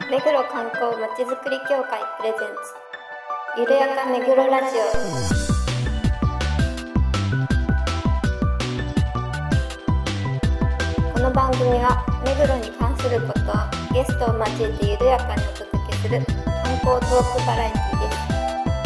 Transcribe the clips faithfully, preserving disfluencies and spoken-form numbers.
目黒観光まちづくり協会プレゼンツゆるやか目黒ラジオ。この番組は目黒に関することをゲストを交えてゆるやかにお届けする観光トークバラエティです。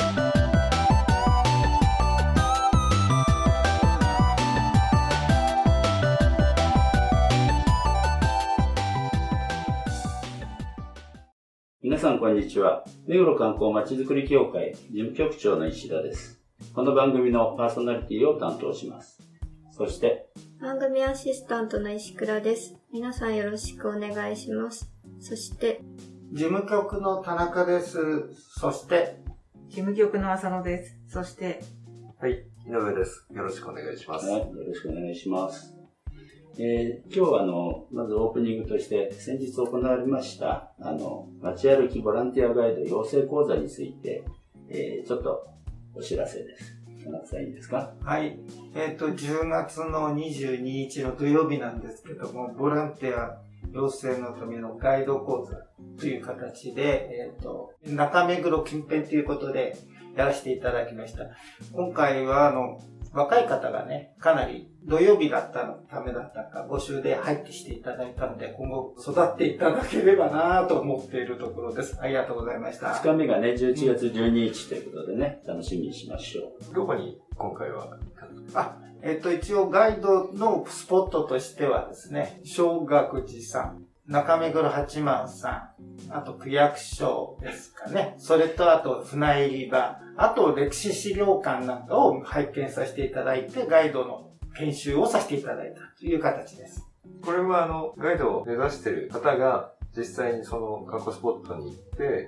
皆さんこんにちは。目黒観光まちづくり協会事務局長の石田です。この番組のパーソナリティを担当します。そして番組アシスタントの石倉です。皆さんよろしくお願いします。そして事務局の田中です。そして事務局の浅野です。そしてはい、井上です。よろしくお願いします。 はい、よろしくお願いします。えー、今日はあのまずオープニングとして先日行われましたあの街歩きボランティアガイド養成講座について、えー、ちょっとお知らせです。田中さんいいですか？ はい、えっとじゅうがつのにじゅうににちの土曜日なんですけども、ボランティア養成のためのガイド講座という形で、えっと中目黒近辺ということでやらせていただきました。今回はあの若い方がね、かなり土曜日だったのためだったか募集で入ってしていただいたので、今後育っていただければなと思っているところです。ありがとうございました。 ふつかめがね、じゅういちがつじゅうににちということでね、楽しみにしましょう。どこに今回はあ、えっと一応ガイドのスポットとしてはですね、小学寺さん、中目黒八幡さん、あと区役所ですかね。それとあと船入り場、あと歴史資料館なんかを拝見させていただいて、ガイドの研修をさせていただいたという形です。 これはあの、ガイドを目指している方が実際にその観光スポットに行って、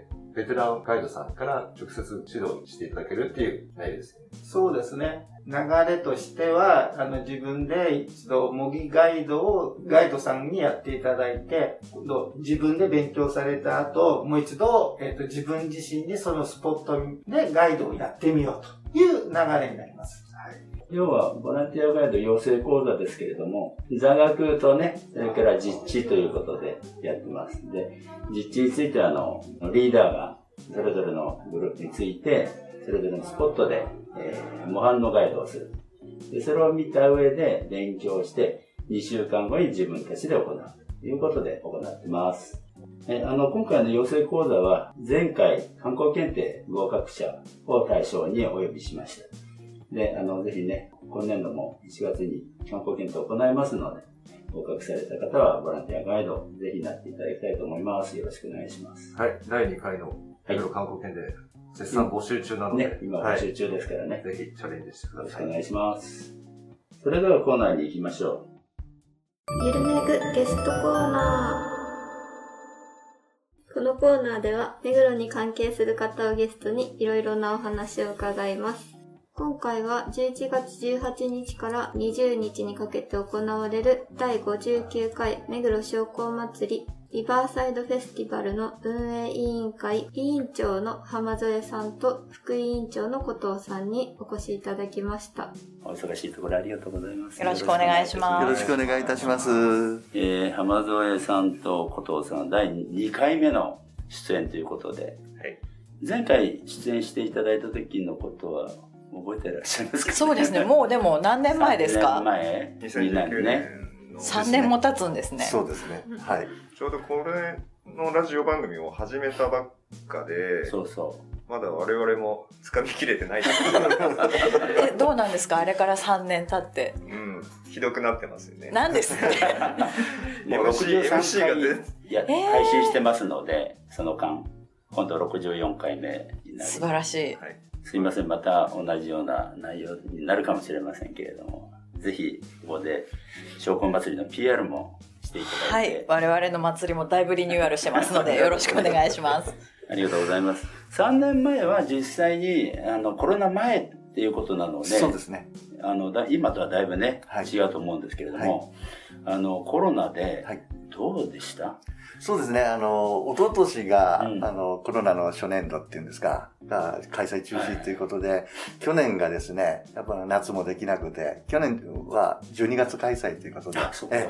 ベテランガイドさんから直接指導していただけるっていう内容ですね。 そうですね。流れとしては、あの自分で一度模擬ガイドをガイドさんにやっていただいて、今度自分で勉強された後、もう一度、えっと、自分自身にそのスポットでガイドをやってみようという流れになります。はい、 要はボランティアガイド養成講座ですけれども、座学とね、それから実地ということでやってます。で、実地についてはあのリーダーがそれぞれのグループについて、それぞれのスポットで、えー、模範のガイドをする。で、それを見た上で勉強して、にしゅうかんごに自分たちで行うということで行ってます。えあの今回の養成講座は、前回観光検定合格者を対象にお呼びしました。で、あの、ぜひね、今年度もいちがつに観光検定を行いますので、合格された方はボランティアガイド、ぜひなっていただきたいと思います。よろしくお願いします。 はい、だいにかいの目黒観光検定、絶賛募集中なので、 ね、今募集中ですからね、 はい、ぜひチャレンジしてください。 よろしくお願いします。それではコーナーに行きましょう。ゆるめぐゲストコーナー。このコーナーでは目黒に関係する方をゲストにいろいろなお話を伺います。今回はじゅういちがつじゅうはちにちからにじゅうにちにかけて行われるだいごじゅうきゅうかい目黒商工祭りリバーサイドフェスティバルの運営委員会委員長の浜添さんと副委員長の古藤さんにお越しいただきました。 お忙しいところありがとうございます。 よろしくお願いします。 よろしくお願いいたします。 えー、浜添さんと古藤さんだいにかいめの出演ということで、はい、前回出演していただいた時のことは覚えてらっしゃいますか？ そうですね。もうでも何年前ですか？ さんねんまえにせんじゅうきゅうねんさんねんも経つんですね。 そうですね。はい。 ちょうどこれのラジオ番組を始めたばっかで、 そうそう。 まだ我々も掴みきれてないえ、どうなんですか？あれからさんねん経って。 うん、ひどくなってますよね。 なんですね。 もうろくじゅうさんかいや、えー、配信してますので、その間、今度ろくじゅうよんかいめになる。 素晴らしい。 はい、すいません、また同じような内容になるかもしれませんけれども、ぜひここで商工祭りの ピーアール もしていただいて、 はい、我々の祭りもだいぶリニューアルしてますのでよろしくお願いします。 ありがとうございます。さんねんまえは実際にあのコロナ前っていうことなので、 そうですね。 あのだ今とはだいぶね、はい、違うと思うんですけれども、はい、あのコロナでどうでした？はい、 そうですね。あの、一昨年が、うん、あの、コロナの初年度っていうんですか、が開催中止ということで、はい、去年がですね、やっぱ夏もできなくて、去年はじゅうにがつ開催ということで、 あ、そうか。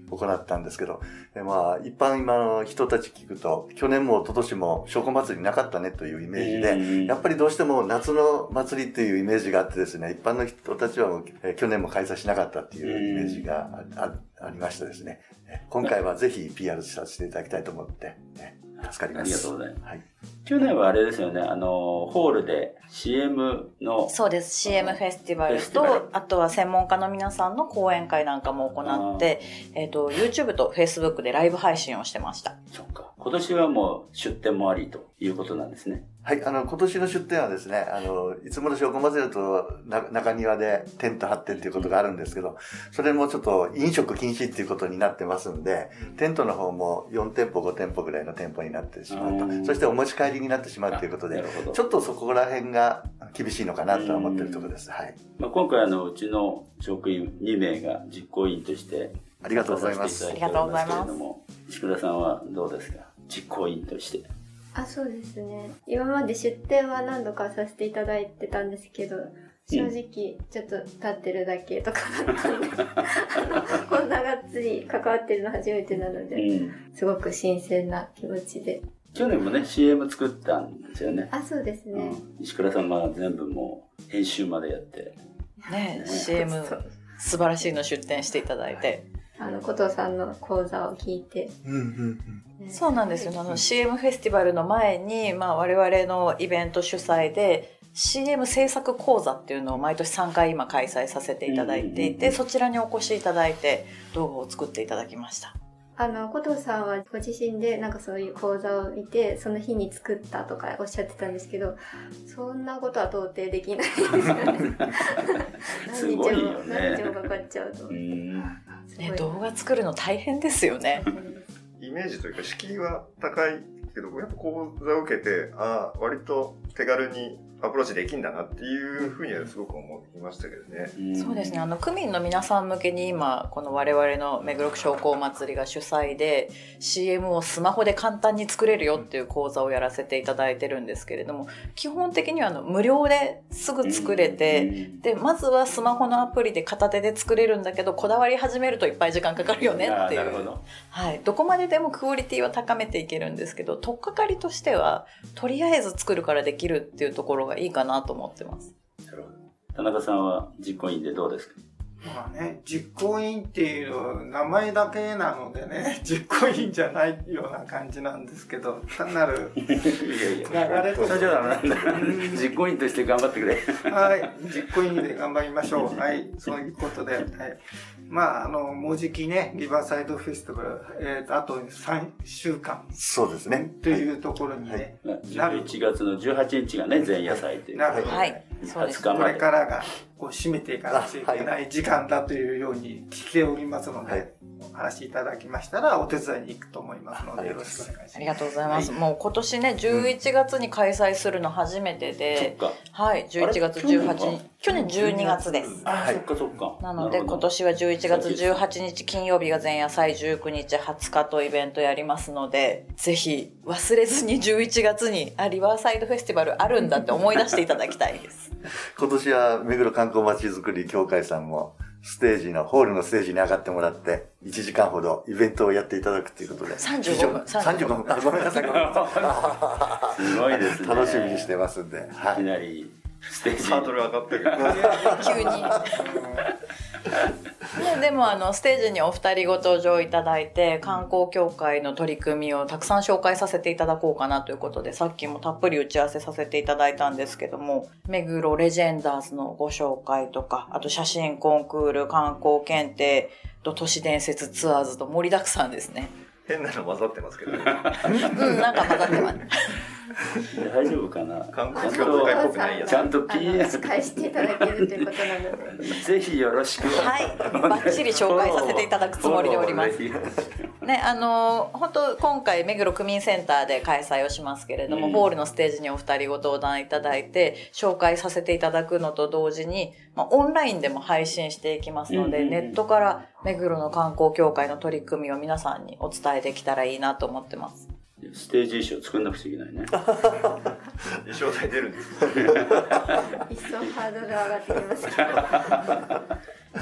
行ったんですけど、でまあ、一般今の人たち聞くと、去年も一昨年も商工祭りなかったねというイメージで、やっぱりどうしても夏の祭りっていうイメージがあってですね、一般の人たちはもう、えー、去年も開催しなかったっていうイメージが あ, あ, ありましてですね、今回はぜひ ピーアール させていただきたいと思って、ね、助かります。 ありがとうございます。 はい、 去年はあれですよね、あの、ホールで シーエム の。 そうです。シーエム フェスティバルと、あとは専門家の皆さんの講演会なんかも行って、えっと、YouTube と Facebook でライブ配信をしてました。 そっか。今年はもう出店もありということなんですね。 はい、あの、今年の出店はですね、あの、いつもの商工祭りだとな中庭でテント張ってっていうことがあるんですけど、それもちょっと飲食禁止っていうことになってますんで、テントの方もよん店舗ご店舗ぐらいの店舗になってしまうと、そしてお持ち帰りになってしまうということで、ちょっとそこら辺が厳しいのかなとは思っているところです。はい。 まあ、今回あの、うちの職員に名が実行委員としてありがとうございます。 ありがとうございます。 石倉さんはどうですか、実行委員として。 あ、そうですね。今まで出店は何度かさせていただいてたんですけど、正直ちょっと立ってるだけとかだったんで、こんながっつり関わってるの初めてなので、うん、すごく新鮮な気持ちで。 去年もね シーエム 作ったんですよね。 あ、そうですね。 うん、石倉さんが全部もう編集までやってね、ね シーエム 素晴らしいの出展していただいて、 あの古藤さんの講座を聞いて、 うんうんうん、そうなんですよ。あの シーエム フェスティバルの前に、まあ、我々のイベント主催で シーエム 制作講座っていうのを毎年さんかい今開催させていただいていて、そちらにお越しいただいて動画を作っていただきました。 あの古藤さんはご自身でなんかそういう講座を見てその日に作ったとかおっしゃってたんですけど、そんなことは到底できないですよね。 すごいよね。 何日もかかっちゃうと。 ね、動画作るの大変ですよね。 イメージというか敷居は高いけど、やっぱ講座を受けて、ああ、割と手軽にアプローチできんだなっていうふうにはすごく思いましたけどね。 そうですね。あの区民の皆さん向けに今この我々の目黒区商工祭りが主催で シーエム をスマホで簡単に作れるよっていう講座をやらせていただいてるんですけれども、基本的にはあの無料ですぐ作れて、でまずはスマホのアプリで片手で作れるんだけど、こだわり始めるといっぱい時間かかるよねっていう。 なるほど。 はい。どこまででもクオリティは高めていけるんですけど、取っかかりとしてはとりあえず作るからできるっていうところがいいかなと思ってます。 なるほど。田中さんは実行委員でどうですか？ まあね、実行委員っていう名前だけなのでね、実行委員じゃないような感じなんですけど、単なる流れとして。 実行委員として頑張ってくれ。 はい、実行委員で頑張りましょう。はい、そういうことで。はい、まあ、あの、もうじきね、リバーサイドフェスティバル、えっと、あとさんしゅうかん。 そうですね。 というところにね。 はい、じゅういちがつのじゅうはちにちがね、前夜祭という。 なるほど。 はい。そうです。 これからが、こう、締めていかなきゃいけない時間だというように聞いておりますので、はい、お話いただきましたら、お手伝いに行くと思いますので、よろしくお願いします。 ありがとうございます。はい、もう今年ね、じゅういちがつに開催するの初めてで、うん、はい、じゅういちがつじゅうはちにち、去年じゅうにがつです。 あ、そっかそっか。 なので、今年はじゅういちがつじゅうはちにち金曜日が前夜祭、じゅうくにちはつかとイベントやりますので、ぜひ忘れずにじゅういちがつに、あ、リバーサイドフェスティバルあるんだって思い出していただきたいです。 今年は目黒観光まちづくり協会さんもステージのホールのステージに上がってもらっていちじかんほどイベントをやっていただくということでさんじゅうごふんさんじゅうごふんあごめんなさいごめんなさいすごいですね。 楽しみにしてますんで、 はい、いきなりステージハードル上がってる急にね、でもあのステージにお二人ご登場いただいて観光協会の取り組みをたくさん紹介させていただこうかなということで、さっきもたっぷり打ち合わせさせていただいたんですけども、目黒レジェンダーズのご紹介とか、あと写真コンクール、観光検定と都市伝説ツアーズと盛りだくさんですね。 変なの混ざってますけどね。 うん、なんか混ざってます。 大丈夫かな。 観光協会っぽくないやつ。 ちゃんと ピーエス返していただけるということなので、 ぜひよろしく。 はい、バッチリ紹介させていただくつもりでおります。ね、あの本当今回目黒区民センターで開催をしますけれども、うん、ホールのステージにお二人ご登壇いただいて紹介させていただくのと同時に、まあ、オンラインでも配信していきますので、うんうんうん、ネットから目黒の観光協会の取り組みを皆さんにお伝えできたらいいなと思ってます。 ステージ衣装作んなくちゃいけないね。 衣装代出るんです一層ハードル上がってきますけど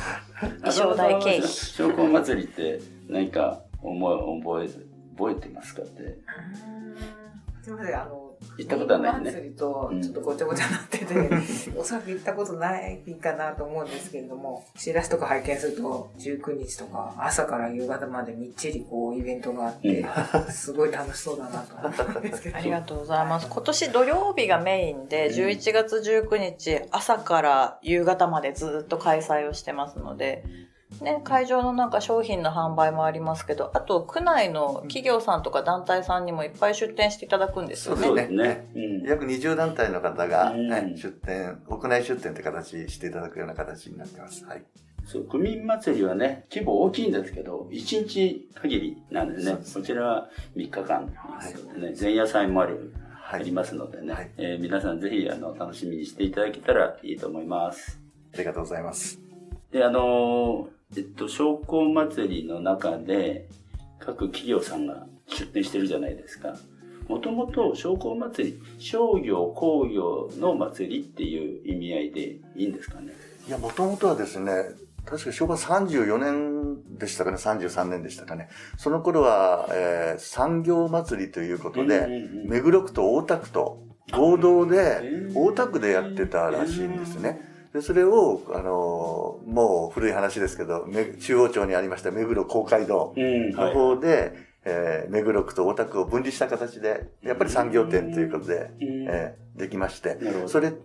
衣装代経費。 商工祭りって何か思い覚え覚えてますかって。 すみません、あの行ったことはないね。 祭りとちょっとごちゃごちゃになってて、うん、おそらく行ったことないかなと思うんですけれども、チラシとか拝見するとじゅうくにちとか朝から夕方までみっちりこうイベントがあって、うん、すごい楽しそうだなと思ったんですけど。 ありがとうございます。今年土曜日がメインで、じゅういちがつじゅうくにち朝から夕方までずっと開催をしてますので、ね、会場のなんか商品の販売もありますけど、あと区内の企業さんとか団体さんにもいっぱい出店していただくんですよね。 そうですね。 うん、 約にじゅうだんたいの方が、ね、出店、屋内出店って形していただくような形になってます。はい。 そう、区民祭りはね、規模大きいんですけど、いちにち限りなんですね。こちらはみっかかんですね、はい、前夜祭もある、はい、ありますのでね、はい、えー、皆さんぜひあの楽しみにしていただけたらいいと思います。 ありがとうございます。 で、あのー、えっと、商工祭りの中で各企業さんが出店してるじゃないですか。もともと商工祭り、商業、工業の祭りっていう意味合いでいいんですかね。 いや、もともとはですね、確か昭和さんじゅうよねんでしたかね、さんじゅうさんねんでしたかね。その頃は、えー、産業祭りということで、うんうんうん、目黒区と大田区と合同で、大田区でやってたらしいんですね。で、それを、あのー、もう古い話ですけど、中央町にありました目黒公会堂の方で、うん、はい、えー、目黒区と大田区を分離した形で、やっぱり産業展ということで、うん、えー、できまして、それって、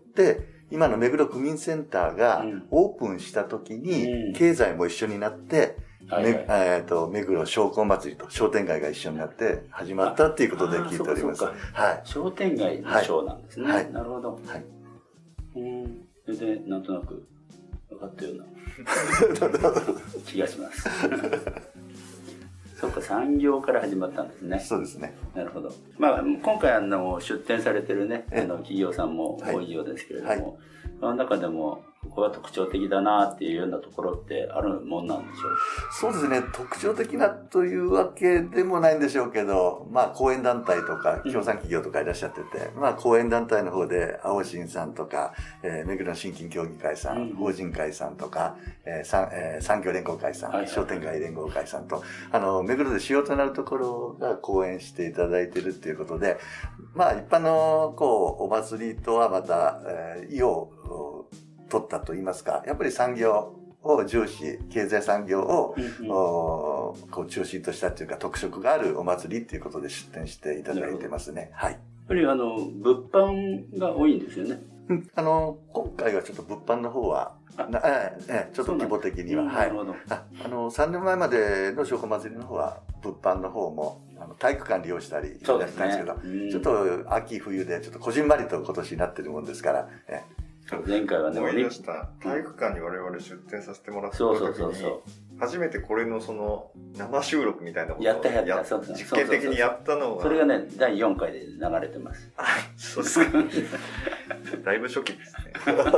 今の目黒区民センターがオープンした時に、経済も一緒になって、うん、はいはい、えっと、目黒商工祭りと商店街が一緒になって始まったっていうことで聞いております。はい。 商店街のショーなんですね。はい。なるほど。 はい。 うん、それで、なんとなく分かったような気がします。そうか、産業から始まったんですね。 そうですね。 なるほど。まあ、今回あの出展されてるね、あの企業さんも多いようですけれども、はいはい、その中でもここは特徴的だなっていうようなところってあるもんなんでしょうか。 そうですね。特徴的なというわけでもないんでしょうけど、まあ講演団体とか協賛企業とかいらっしゃってて、うん、まあ講演団体の方で青新さんとか、えー、目黒新金協議会さん、うん、法人会さんとか、えー産えー、産業連合会さん、はいはい、商店街連合会さんと、あの目黒で主要となるところが講演していただいているっていうことで、まあ一般のこうお祭りとはまた、えー、意を取ったと言いますか、やっぱり産業を重視、経済産業を、うんうん、こう中心としたというか特色があるお祭りということで出展していただいてますね。はい。やっぱりあの物販が多いんですよね。 あの今回はちょっと物販の方はなええちょっと規模的には、はい。ああのさんねんまえまでの商工祭りの方は物販の方もあの体育館利用したりそうですね。 したんですけど、うん、ちょっと秋冬でちょっとこじんまりと今年になってるもんですから。え前回はね、 思い出した体育館に我々出展させてもらった時に初めてこれのその生収録みたいなことをやったやったそうそう実験的にやったのがそれがねだいよんかいで流れてます。 そうですか。だいぶ初期ですね。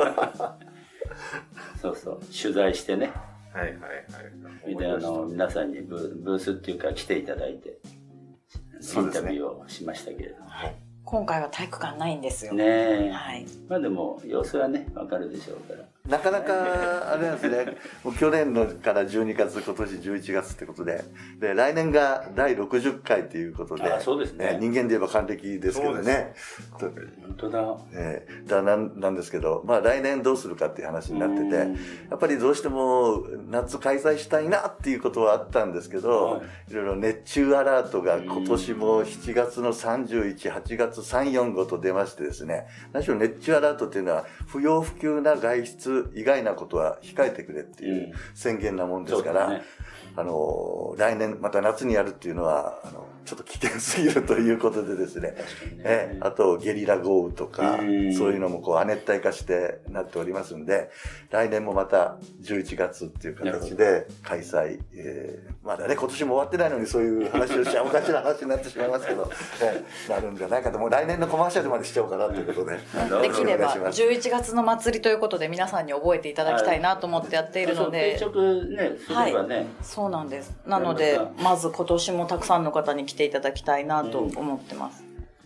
そうそう取材してね、 はいはいはいであの皆さんにブ、ブースっていうか来ていただいてインタビューをしましたけれども、はい、 今回は体育館ないんですよねえ、 はい、 まあでも様子はね分かるでしょうからなかなかあれなんですねもう去年のからじゅうにがつ今年じゅういちがつってことでで来年がだいろくじゅっかいということであそうですね、 ね人間で言えば還暦ですけどね本当だ、 えー、だなんなんですけど、まあ、来年どうするかっていう話になっててやっぱりどうしても夏開催したいなっていうことはあったんですけど、はい、いろいろ熱中アラートが今年もしちがつのさんじゅういち、はちがつさん、よん、ごと出ましてですね何しろ熱中アラートっていうのは不要不急な外出以外なことは控えてくれっていう宣言なもんですから、うんね、あの来年また夏にやるっていうのはあのちょっと危険すぎるということでですね、ねえあとゲリラ豪雨とかそういうのもこう亜熱帯化してなっておりますんで来年もまたじゅういちがつっていう形で開催、えー、まだね今年も終わってないのにそういう話をしちゃおかしな話になってしまいますけど、えー、なるんじゃないかともう来年のコマーシャルまでしちゃおうかなということでできればじゅういちがつの祭りということで皆さんに覚えていただきたいなと思ってやっているので、 定食ねすればね、はい、 そうなんです。なのでまず今年もたくさんの方に来ていただきたいなと思ってます。 う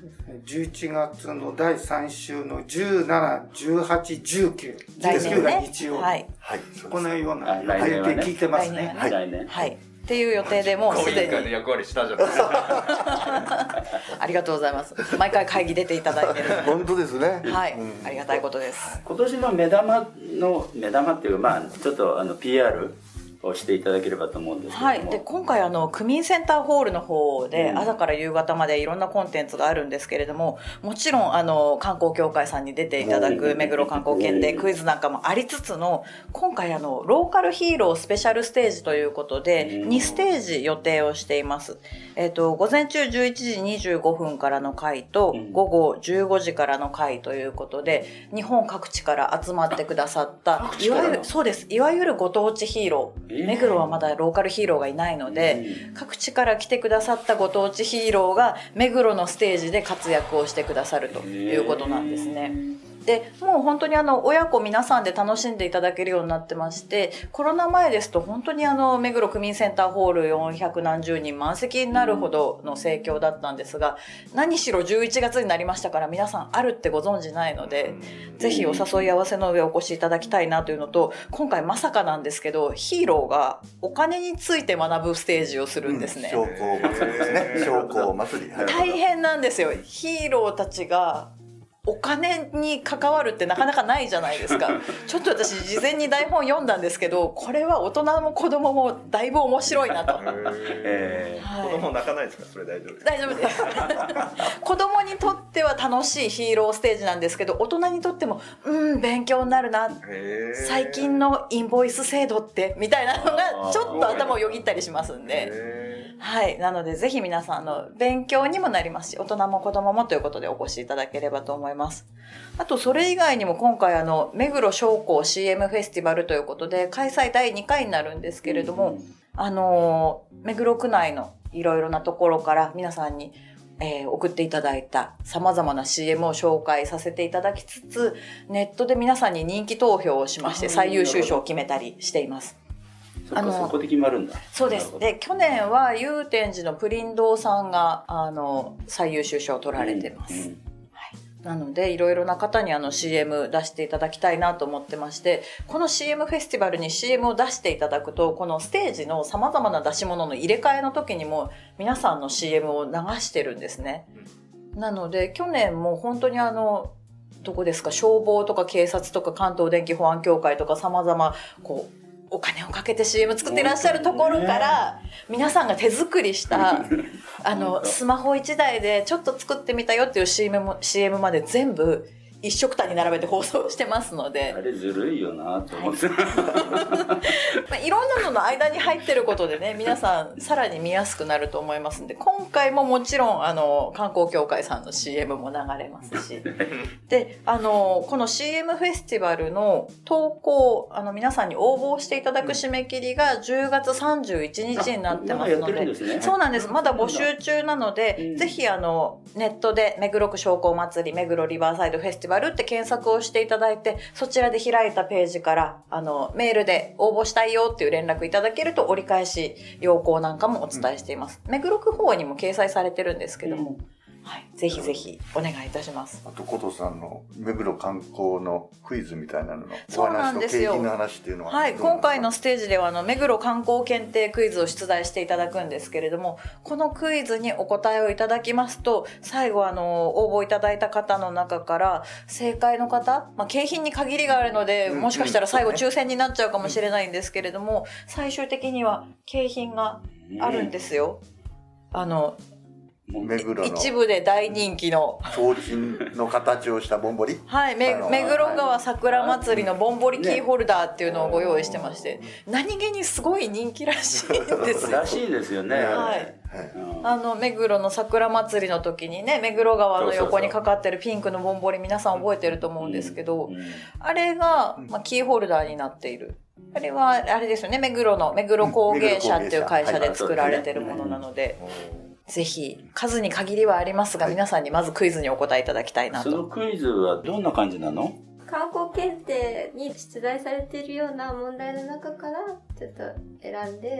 じゅういちがつのだいさん週のじゅうしち、じゅうはち、じゅうきゅう。じゅうきゅうが日曜日。 はい。 はい。 このような予定来年はねで聞いてますね。 はい来年。 はい。っていう予定でもうすでに。 の役割したじゃないですか。 ありがとうございます。毎回会議出ていただいてる。 本当ですね。 はい、 うんありがたいことです。 今年の目玉の、目玉っていうか、まあ、ちょっとあの ピーアールをしていただければと思うんですけども。 はい。で、今回あの、区民センターホールの方で、朝から夕方までいろんなコンテンツがあるんですけれども、もちろんあの、観光協会さんに出ていただく目黒観光検定クイズなんかもありつつの、今回あの、ローカルヒーロースペシャルステージということで、にステージ予定をしています。えっと、午前中じゅういちじにじゅうごふんからの回と、午後じゅうごじからの回ということで、日本各地から集まってくださった、いわゆる、そうです。いわゆるご当地ヒーロー。目黒はまだローカルヒーローがいないので、各地から来てくださったご当地ヒーローが目黒のステージで活躍をしてくださるということなんですね。で、もう本当にあの、親子皆さんで楽しんでいただけるようになってまして、コロナ前ですと本当にあの、目黒区民センターホールよんひゃくなんじゅうにん満席になるほどの盛況だったんですが、何しろじゅういちがつになりましたから皆さんあるってご存知ないので、ぜひお誘い合わせの上お越しいただきたいなというのと、今回まさかなんですけど、ヒーローがお金について学ぶステージをするんですね。 商工祭りですね。商工祭り。はい、 大変なんですよ。ヒーローたちが、お金に関わるってなかなかないじゃないですか。ちょっと私事前に台本読んだんですけど、これは大人も子供もだいぶ面白いなと。 えーはい、 子供泣かないですか？それ大丈夫ですか？ 大丈夫です。子供にとっては楽しいヒーローステージなんですけど、大人にとっても、うん、勉強になるな。最近のインボイス制度ってみたいなのがちょっと頭をよぎったりしますんで。はい。なので、ぜひ皆さん、あの、勉強にもなりますし、大人も子供もということでお越しいただければと思います。あと、それ以外にも今回、あの、目黒商工 シーエム フェスティバルということで、開催だいにかいになるんですけれども、あの、目黒区内のいろいろなところから皆さんに、えー、送っていただいた様々な シーエム を紹介させていただきつつ、ネットで皆さんに人気投票をしまして、最優秀賞を決めたりしています。 あのそこで決まるんだ。 そうです。で、去年は祐天寺のプリン堂さんが、あの、最優秀賞を取られてます。うんうん、はい。なので、いろいろな方にあの シーエム 出していただきたいなと思ってまして、この シーエム フェスティバルに シーエム を出していただくと、このステージの様々な出し物の入れ替えの時にも、皆さんの シーエム を流してるんですね。なので、去年も本当にあの、どこですか、消防とか警察とか関東電気保安協会とか様々、こう、お金をかけて シーエム 作っていらっしゃるところから、皆さんが手作りした、あの、スマホ一台でちょっと作ってみたよっていう シーエム も、シーエム まで全部一色単に並べて放送してますので。 あれずるいよなと思って。 はい、いろんなのの間に入ってることでね、皆さんさらに見やすくなると思いますんで、今回ももちろん、あの、観光協会さんの シーエム も流れますし。で、あの、この シーエム フェスティバルの投稿、あの、皆さんに応募していただく締め切りがじゅうがつさんじゅういちにちになってますので、 でね、 そうなんです。まだ募集中なので、うん、ぜひあの、ネットで目黒区商工祭り、目黒リバーサイドフェスティバルって検索をしていただいて、そちらで開いたページから、あの、メールで応募したいよっていう連絡いただけると、折り返し要項なんかもお伝えしています。うん、目黒区方にも掲載されてるんですけども、うん、はい、ぜひぜひお願いいたします。 あと、琴さんの目黒観光のクイズみたいなののそうなんですよ。 お話と景品の話っていうのは、 はい、今回のステージではあの目黒観光検定クイズを出題していただくんですけれども、このクイズにお答えをいただきますと、最後あの応募いただいた方の中から正解の方、まあ、景品に限りがあるので、もしかしたら最後抽選になっちゃうかもしれないんですけれども、最終的には景品があるんですよ。あの目黒の一部で大人気の提灯の形をしたぼんぼりはい、目黒川桜祭りのぼんぼりキーホルダーっていうのをご用意してまして、何気にすごい人気らしいんですよ。 らしいですよね。 はい。あの目黒の桜祭りの時にね、目黒川の横にかかってるピンクのぼんぼり、皆さん覚えてると思うんですけど、あれが、まあ、キーホルダーになっている。あれはあれですよね、目黒の目黒工芸社っていう会社で作られてるものなので、ぜひ、数に限りはありますが、はい、皆さんにまずクイズにお答えいただきたいなと。 そのクイズはどんな感じなの？ 観光検定に出題されているような問題の中から、ちょっと選んで、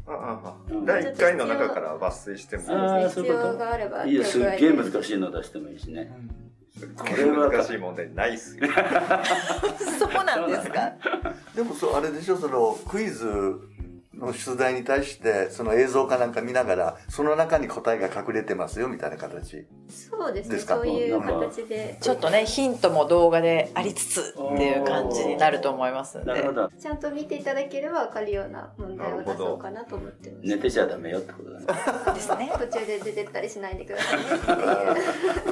ああ、だいいっかいの中から抜粋しても。 そうですね、必要があれば。 いや、すっげえ難しいの出してもいいしね。 これは難しい問題ないっすよ。 そうなんですか。 でもそう、あれでしょ、そのクイズの出題に対してその映像かなんか見ながらその中に答えが隠れてますよみたいな形。 そうですね、 ですか。 そういう形でちょっとねヒントも動画でありつつっていう感じになると思いますんで、 なるほど。 ちゃんと見ていただければ分かるような問題を出そうかなと思ってます。 寝てちゃダメよってことだね。 ですね。 途中で出てったりしないでくださいねっていう。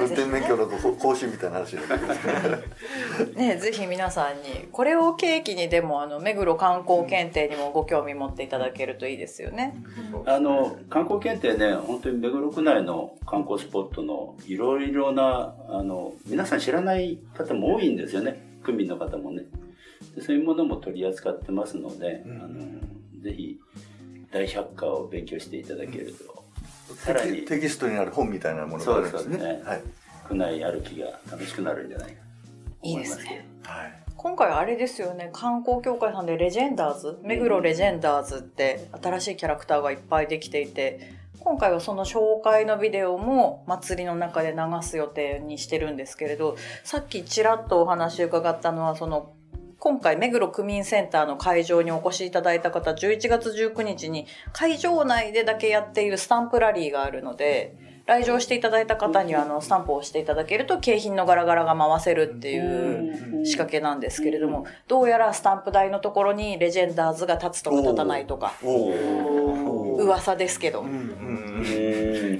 運転免許の更新みたいな話だけどね、ぜひ皆さんにこれを契機にでもあの目黒観光検定にもご興味持っていただけるといいですよね。 あの観光検定ね、本当に目黒区内の観光スポットのいろいろなあの皆さん知らない方も多いんですよね、区民の方もね。でそういうものも取り扱ってますので、うん、あのぜひ大百科を勉強していただけると、 うん、さらにテキストになる本みたいなものがあるんですね。 そうですね、はい、区内歩きが楽しくなるんじゃないかと思いますけど。 いいですね。 はい、 今回あれですよね、観光協会さんでレジェンダーズ、目黒レジェンダーズって新しいキャラクターがいっぱいできていて、今回はその紹介のビデオも祭りの中で流す予定にしてるんですけれど、さっきちらっとお話伺ったのは、その今回目黒区民センターの会場にお越しいただいた方、じゅういちがつじゅうくにちに会場内でだけやっているスタンプラリーがあるので、来場していただいた方にはあのスタンプを押していただけると景品のガラガラが回せるっていう仕掛けなんですけれども、どうやらスタンプ台のところにレジェンダーズが立つとか立たないとか噂ですけど、うんうん、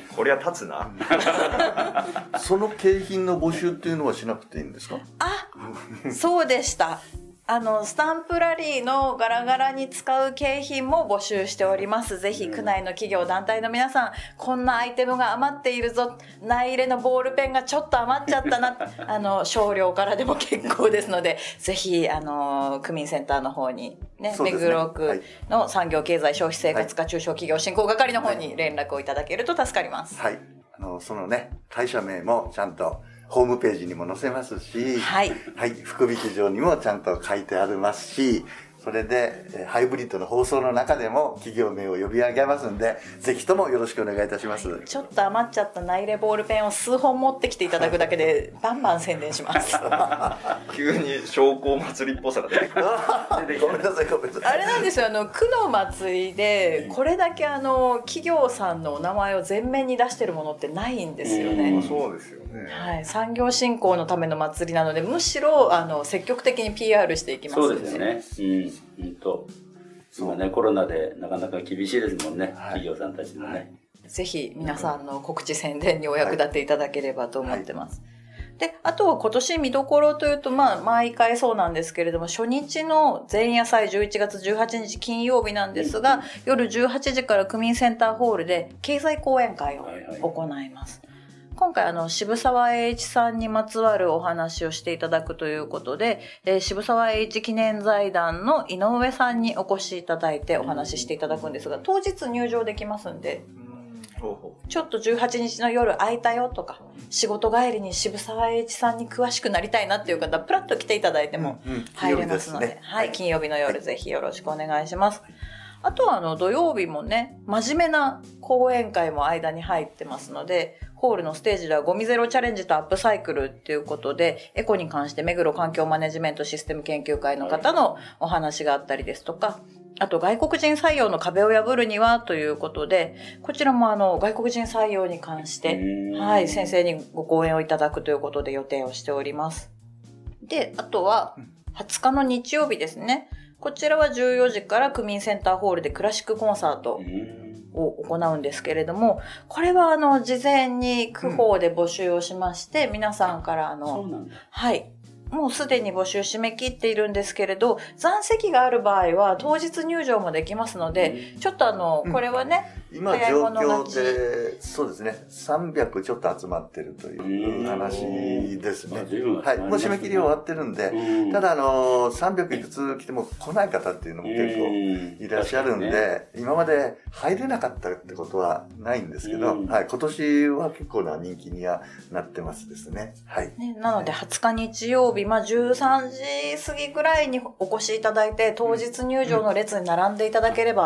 こりゃ立つな。 その景品の募集っていうのはしなくていいんですか？ あ、そうでした。あのスタンプラリーのガラガラに使う景品も募集しております。ぜひ区内の企業団体の皆さん、こんなアイテムが余っているぞ、内入れのボールペンがちょっと余っちゃったな、あの少量からでも結構ですので、ぜひあの区民センターの方にね、目黒区の産業経済消費生活課中小企業振興係の方に連絡をいただけると助かります。 はい、あのそのね会社名もちゃんとホームページにも載せますし、はい、はい、福引き場にもちゃんと書いてありますし、それでハイブリッドの放送の中でも企業名を呼び上げますんで、ぜひともよろしくお願いいたします。 ちょっと余っちゃった内入れボールペンを数本持ってきていただくだけでバンバン宣伝します。 急に商工祭りっぽさが出てくる。 ごめんなさいごめんなさい。 あれなんですよ、あの区の祭りでこれだけあの企業さんのお名前を前面に出してるものってないんですよね。 そうですよね。 はい、産業振興のための祭りなので、むしろあの積極的に ピーアール していきますので。 そうですね。うん、うんと今ねコロナでなかなか厳しいですもんね、はい、企業さんたちのね。 ぜひ皆さんの告知宣伝にお役立ていただければと思ってます。はい、で、あとは今年見どころというと、まあ毎回そうなんですけれども、初日の前夜祭じゅういちがつじゅうはちにち金曜日なんですが、うん、夜じゅうはちじから区民センターホールで経済講演会を行います。はいはい、今回あの渋沢栄一さんにまつわるお話をしていただくということで、えー、渋沢栄一記念財団の井上さんにお越しいただいてお話ししていただくんですが、当日入場できますんで、ちょっとじゅうはちにちの夜空いたよとか、仕事帰りに渋沢栄一さんに詳しくなりたいなっていう方、プラッと来ていただいても入れますので、うんうん、はい、金曜日の夜ぜひよろしくお願いします。あとはあの土曜日もね、真面目な講演会も間に入ってますので、ホールのステージではゴミゼロチャレンジとアップサイクルっていうことで、エコに関して目黒環境マネジメントシステム研究会の方のお話があったりですとか、あと外国人採用の壁を破るにはということで、こちらもあの外国人採用に関して、はい、先生にご講演をいただくということで予定をしております。で、あとははつかの日曜日ですね。こちらはじゅうよじから区民センターホールでクラシックコンサートを行うんですけれども、これはあの事前に区方で募集をしまして、うん、皆さんからあの、はい、もうすでに募集締め切っているんですけれど、残席がある場合は当日入場もできますので、ちょっとあの、これはね、 うん、今状況で、そうですね、さんびゃくちょっと集まってるという話ですね。はい、もう締め切り終わってるんで、ただあの、さんびゃくいくつ来ても来ない方っていうのも結構いらっしゃるんで、今まで入れなかったってことはないんですけど、はい、今年は結構な人気にはなってますですね。はい。 ね、なのではつか日曜日、まあじゅうさんじ過ぎぐらいにお越しいただいて、当日入場の列に並んでいただければ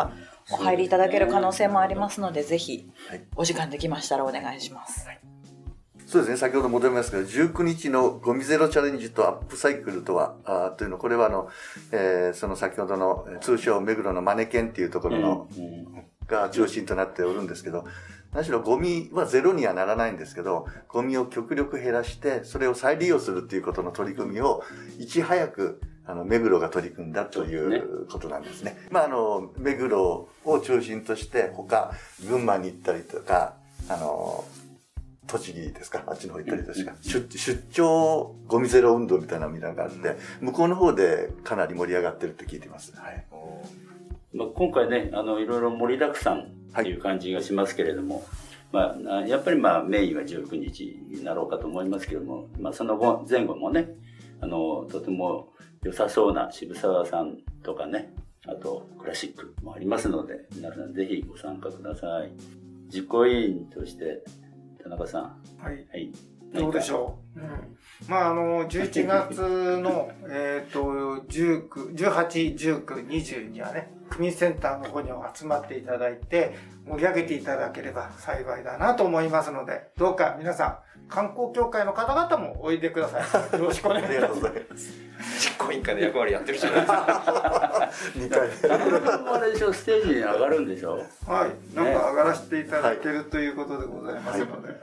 お入りいただける可能性もありますので、ぜひお時間できましたらお願いします。はい、 そうですね、先ほど戻りますけど、じゅうくにちのゴミゼロチャレンジとアップサイクルとは、あというの、これはあの、えー、その先ほどの通称目黒のマネケンっていうところの、うんうん、が中心となっておるんですけど、何しろゴミはゼロにはならないんですけど、ゴミを極力減らして、それを再利用するっていうことの取り組みを、いち早く、あの、目黒が取り組んだということなんですね。まあ、あの、目黒を中心として、他、群馬に行ったりとか、あの、栃木ですか、あっちの方行ったりですか、出, 出張ゴミゼロ運動みたいなのがあって、向こうの方でかなり盛り上がってるって聞いてます。はい。 まあ、今回ね、あの、いろいろ盛りだくさんという感じがしますけれども、はい、まあ、やっぱりまあ、メインはじゅうくにちになろうかと思いますけれども、まあ、その後、前後もね、あの、とても良さそうな渋沢さんとかね、あと、クラシックもありますので、皆さんぜひご参加ください。実行委員として、田中さん。 はい。 はい。 どうでしょう。うん、まあ、あの、じゅういちがつの、えっと、じゅうく、じゅうはち、じゅうく、にじゅうにはね、区民センターの方に集まっていただいて、盛り上げていただければ幸いだなと思いますので、どうか皆さん、観光協会の方々もおいでください。よろしくお願いします。ありがとうございます。 実行委員会の役割やってるじゃないですか。 にかい。田中さんもあれでしょ、ステージに上がるんでしょ。 はい。なんか上がらせていただけるということでございますので。はい、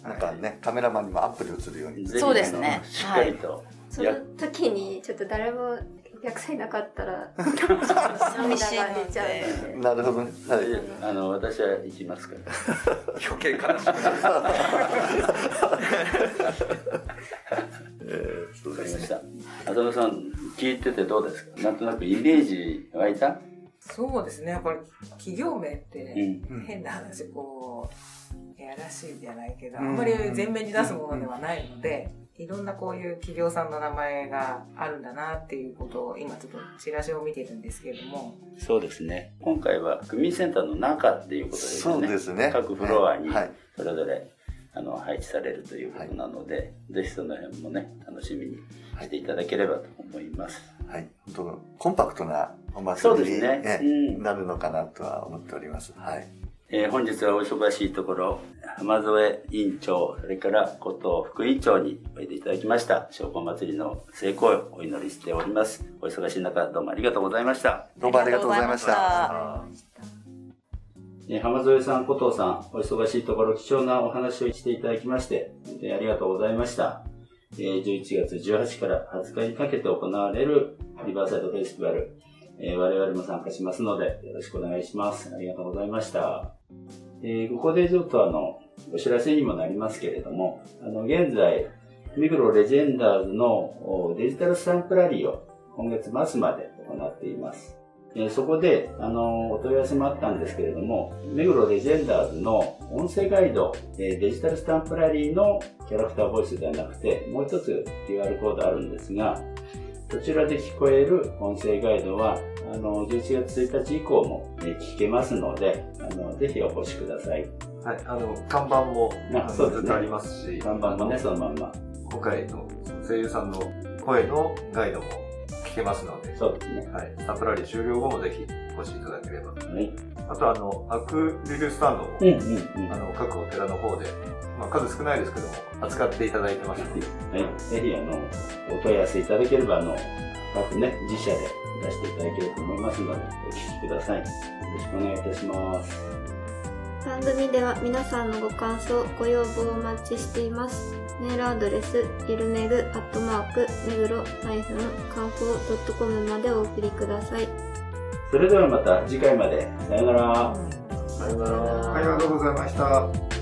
なんかね、カメラマンにもアップで映るように。 そうですね。 しっかりと。はい、 その時にちょっと誰もお客さんいなかったら寂しいので。なるほどね。 はい。あの私は行きますから。 余計悲しくなる。 えー、わかりました。浅野さん聞いててどうですか。なんとなくイメージ湧いた？ そうですね。やっぱり企業名って変な話、こうやらしいじゃないけど、あんまり前面に出すものではないので。いろんなこういう企業さんの名前があるんだなっていうことを今ちょっとチラシを見てるんですけれども。 そうですね。今回は区民センターの中っていうことですね。 そうですね。 各フロアにそれぞれ、はい、あの配置されるということなので、はい、ぜひその辺もね楽しみにしていただければと思います。 はい。本当コンパクトなお祭りに、ねねうん、なるのかなとは思っております。はい。 えー、本日はお忙しいところ、浜添委員長、それから後藤副委員長においでいただきました。商工祭りの成功をお祈りしております。お忙しい中、どうもありがとうございました。 どうもありがとうございました。 えー、浜添さん、後藤さん、お忙しいところ貴重なお話をしていただきまして、本当にありがとうございました。えー、じゅういちがつじゅうはちからはつかにかけて行われるリバーサイドフェスティバル、えー、我々も参加しますので、よろしくお願いします。ありがとうございました。えー、ここでちょっとあの、お知らせにもなりますけれども、あの、現在、目黒レジェンダーズのデジタルスタンプラリーを今月末まで行っています。えー、そこで、あの、お問い合わせもあったんですけれども、目黒レジェンダーズの音声ガイド、えー、デジタルスタンプラリーのキャラクターボイスではなくて、もう一つ キューアール コードあるんですが、そちらで聞こえる音声ガイドは、あの、じゅういちがつついたち以降も、ね、聞けますので、あの、ぜひお越しください。 はい、あの、看板も、 あ、そうですね、 ずっとありますし、 看板もね、そのまんま。 今回の声優さんの声のガイドも聞けますので、 そうですね。 はい、スタンプラリー終了後もぜひお越しいただければ。 はい。 あと、あの、アクリルスタンドも、 うんうんうん、 あの、各お寺の方で、まあ、数少ないですけども、扱っていただいてますので、 はい、ぜひ、あの、お問い合わせいただければ、あの、各ね、自社で出していただけると思いますので、お聞きください。よろしくお願いいたします。 番組では皆さんのご感想、ご要望をお待ちしています。メールアドレス、ゆるめぐアットマーク、めぐろ観光 .com までお送りください。 それではまた次回まで。さよなら。 さよなら。 ありがとうございました。